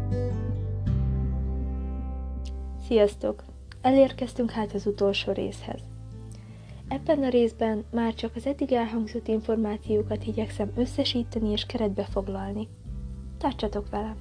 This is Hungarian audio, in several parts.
Sziasztok! Elérkeztünk hát az utolsó részhez. Ebben a részben már csak az eddig elhangzott információkat igyekszem összesíteni és keretbe foglalni. Tartsatok velem!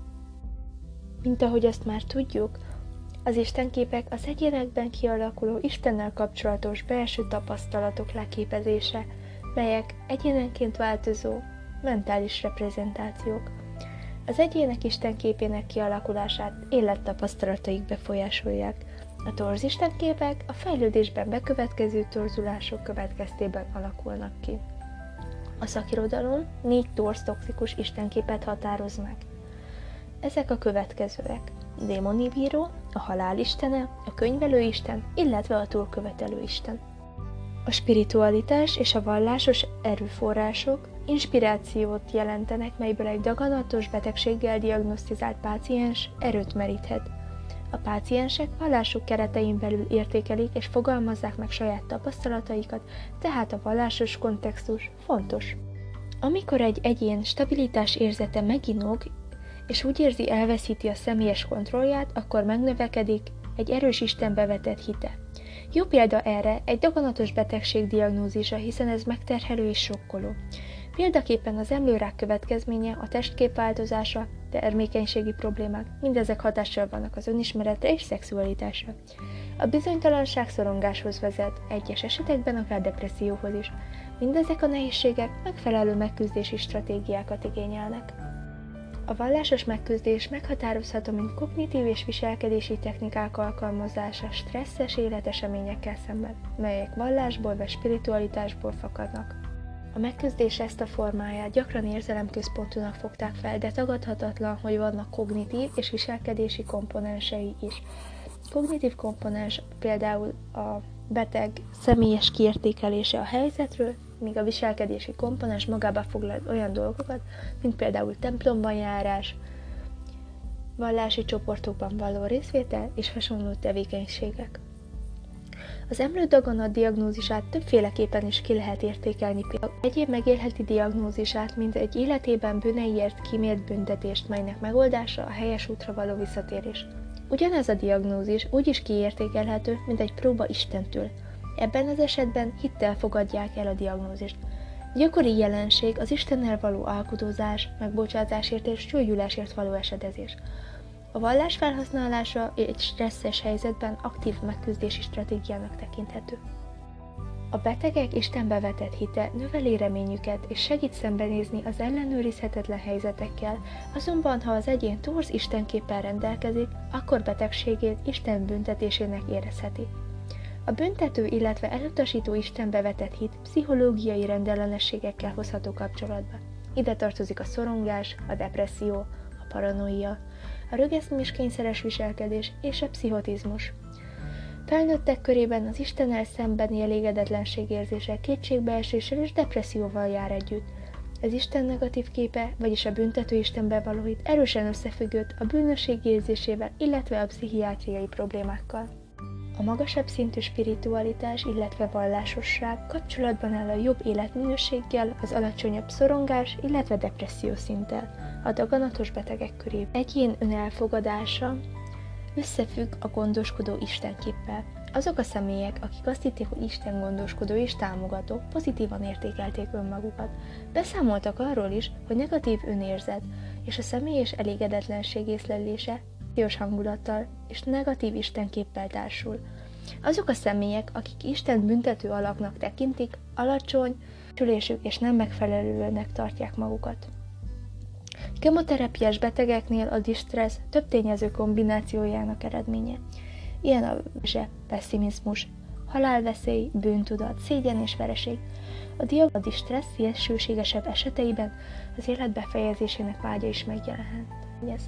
Mint ahogy azt már tudjuk, az istenképek az egyénekben kialakuló Istennel kapcsolatos belső tapasztalatok leképezése, melyek egyénenként változó, mentális reprezentációk. Az egyének istenképének kialakulását élettapasztalataik befolyásolják. A torz istenképek a fejlődésben bekövetkező torzulások következtében alakulnak ki. A szakirodalom 4 torz toxikus istenképet határoz meg. Ezek a következőek: démoni bíró, a halál istene, a könyvelő isten, illetve a túlkövetelő isten. A spiritualitás és a vallásos erőforrások inspirációt jelentenek, melyből egy daganatos betegséggel diagnosztizált páciens erőt meríthet. A páciensek vallásuk keretein belül értékelik és fogalmazzák meg saját tapasztalataikat, tehát a vallásos kontextus fontos. Amikor egy egyén stabilitás érzete meginog, és úgy érzi, elveszíti a személyes kontrollját, akkor megnövekedik egy erős Istenbe vetett hite. Jó példa erre egy daganatos betegség diagnózisa, hiszen ez megterhelő és sokkoló. Példaképpen az emlőrák következménye, a testkép változása, termékenységi problémák, mindezek hatással vannak az önismeretre és szexualitásra. A bizonytalanság szorongáshoz vezet, egyes esetekben akár depresszióhoz is. Mindezek a nehézségek megfelelő megküzdési stratégiákat igényelnek. A vallásos megküzdés meghatározható, mint kognitív és viselkedési technikák alkalmazása stresszes életeseményekkel szemben, melyek vallásból vagy spiritualitásból fakadnak. A megküzdés ezt a formáját gyakran érzelemközpontúnak fogták fel, de tagadhatatlan, hogy vannak kognitív és viselkedési komponensei is. Kognitív komponens például a beteg személyes kiértékelése a helyzetről, míg a viselkedési komponens magába foglal olyan dolgokat, mint például templomban járás, vallási csoportokban való részvétel és hasonló tevékenységek. Az emlődaganat diagnózisát többféleképpen is ki lehet értékelni, például egyéb megélheti diagnózisát, mint egy életében bűneiért kímélt büntetést, melynek megoldása a helyes útra való visszatérés. Ugyanez a diagnózis úgy is kiértékelhető, mint egy próba Istentől. Ebben az esetben hittel fogadják el a diagnózist. Gyakori jelenség az Istennel való alkudozás, megbocsátásért és gyógyulásért való esedezés. A vallás felhasználása egy stresszes helyzetben aktív megküzdési stratégiának tekinthető. A betegek Istenbe vetett hite növeli reményüket és segít szembenézni az ellenőrizhetetlen helyzetekkel, azonban ha az egyén torz istenképpel rendelkezik, akkor betegségét Isten büntetésének érezheti. A büntető, illetve elutasító Istenbe vetett hit pszichológiai rendellenességekkel hozható kapcsolatba. Ide tartozik a szorongás, a depresszió, a paranoia, a rögeszmés kényszeres viselkedés és a pszichotizmus. Felnőttek körében az Istennel szembeni elégedetlenség érzése kétségbeeséssel és depresszióval jár együtt. Az Isten negatív képe, vagyis a büntető Istenbe való hit erősen összefüggött a bűnösség érzésével, illetve a pszichiátriai problémákkal. A magasabb szintű spiritualitás, illetve vallásosság kapcsolatban áll a jobb életminőséggel, az alacsonyabb szorongás, illetve depresszió szinttel. A daganatos betegek körében egyén önelfogadása összefügg a gondoskodó istenképpel. Azok a személyek, akik azt hitték, hogy Isten gondoskodó és támogató, pozitívan értékelték önmagukat. Beszámoltak arról is, hogy negatív önérzet és a személyes elégedetlenség észlelése hangulattal és negatív istenképpel társul. Azok a személyek, akik Isten büntető alaknak tekintik, alacsony sülésük és nem megfelelőnek tartják magukat. Kemoterápiás betegeknél a distressz több tényező kombinációjának eredménye. Ilyen a pessimizmus, halálveszély, bűntudat, szégyen és vereség. A distressz szélsőségesebb eseteiben az élet befejezésének vágya is megjelenhet.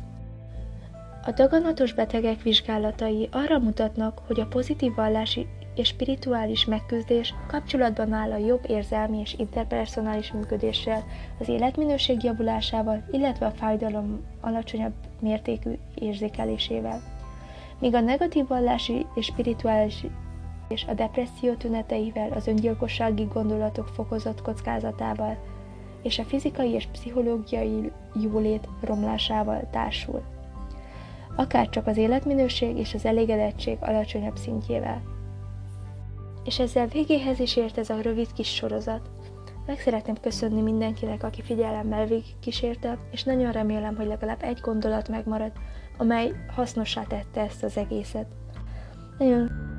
A daganatos betegek vizsgálatai arra mutatnak, hogy a pozitív vallási és spirituális megküzdés kapcsolatban áll a jobb érzelmi és interpersonális működéssel, az életminőség javulásával, illetve a fájdalom alacsonyabb mértékű érzékelésével. Míg a negatív vallási és spirituális és a depresszió tüneteivel, az öngyilkossági gondolatok fokozott kockázatával és a fizikai és pszichológiai jólét romlásával társul. akárcsak az életminőség és az elégedettség alacsonyabb szintjével. És ezzel végéhez is ért ez a rövid kis sorozat. Meg szeretném köszönni mindenkinek, aki figyelemmel végigkísérte, és nagyon remélem, hogy legalább egy gondolat megmarad, amely hasznossá tette ezt az egészet. Nagyon